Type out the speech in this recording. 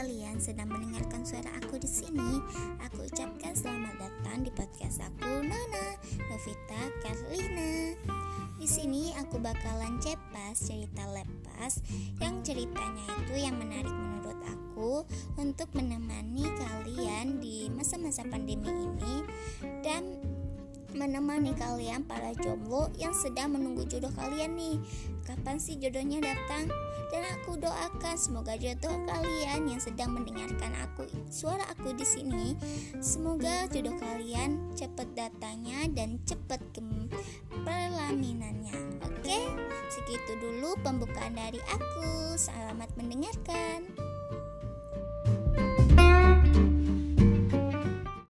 kalian sedang mendengarkan suara aku di sini, aku ucapkan selamat datang di podcast aku, Nona Novita Carlina. Di sini aku bakalan cepas cerita lepas yang ceritanya itu yang menarik menurut aku untuk menemani kalian di masa-masa pandemi ini dan menemani kalian para jomblo yang sedang menunggu jodoh kalian nih. Kapan sih jodohnya datang? Dan aku doakan semoga jodoh kalian yang sedang mendengarkan suara aku di sini, semoga jodoh kalian cepat datangnya dan cepat perlaminannya. Oke, segitu dulu pembukaan dari aku. Selamat mendengarkan.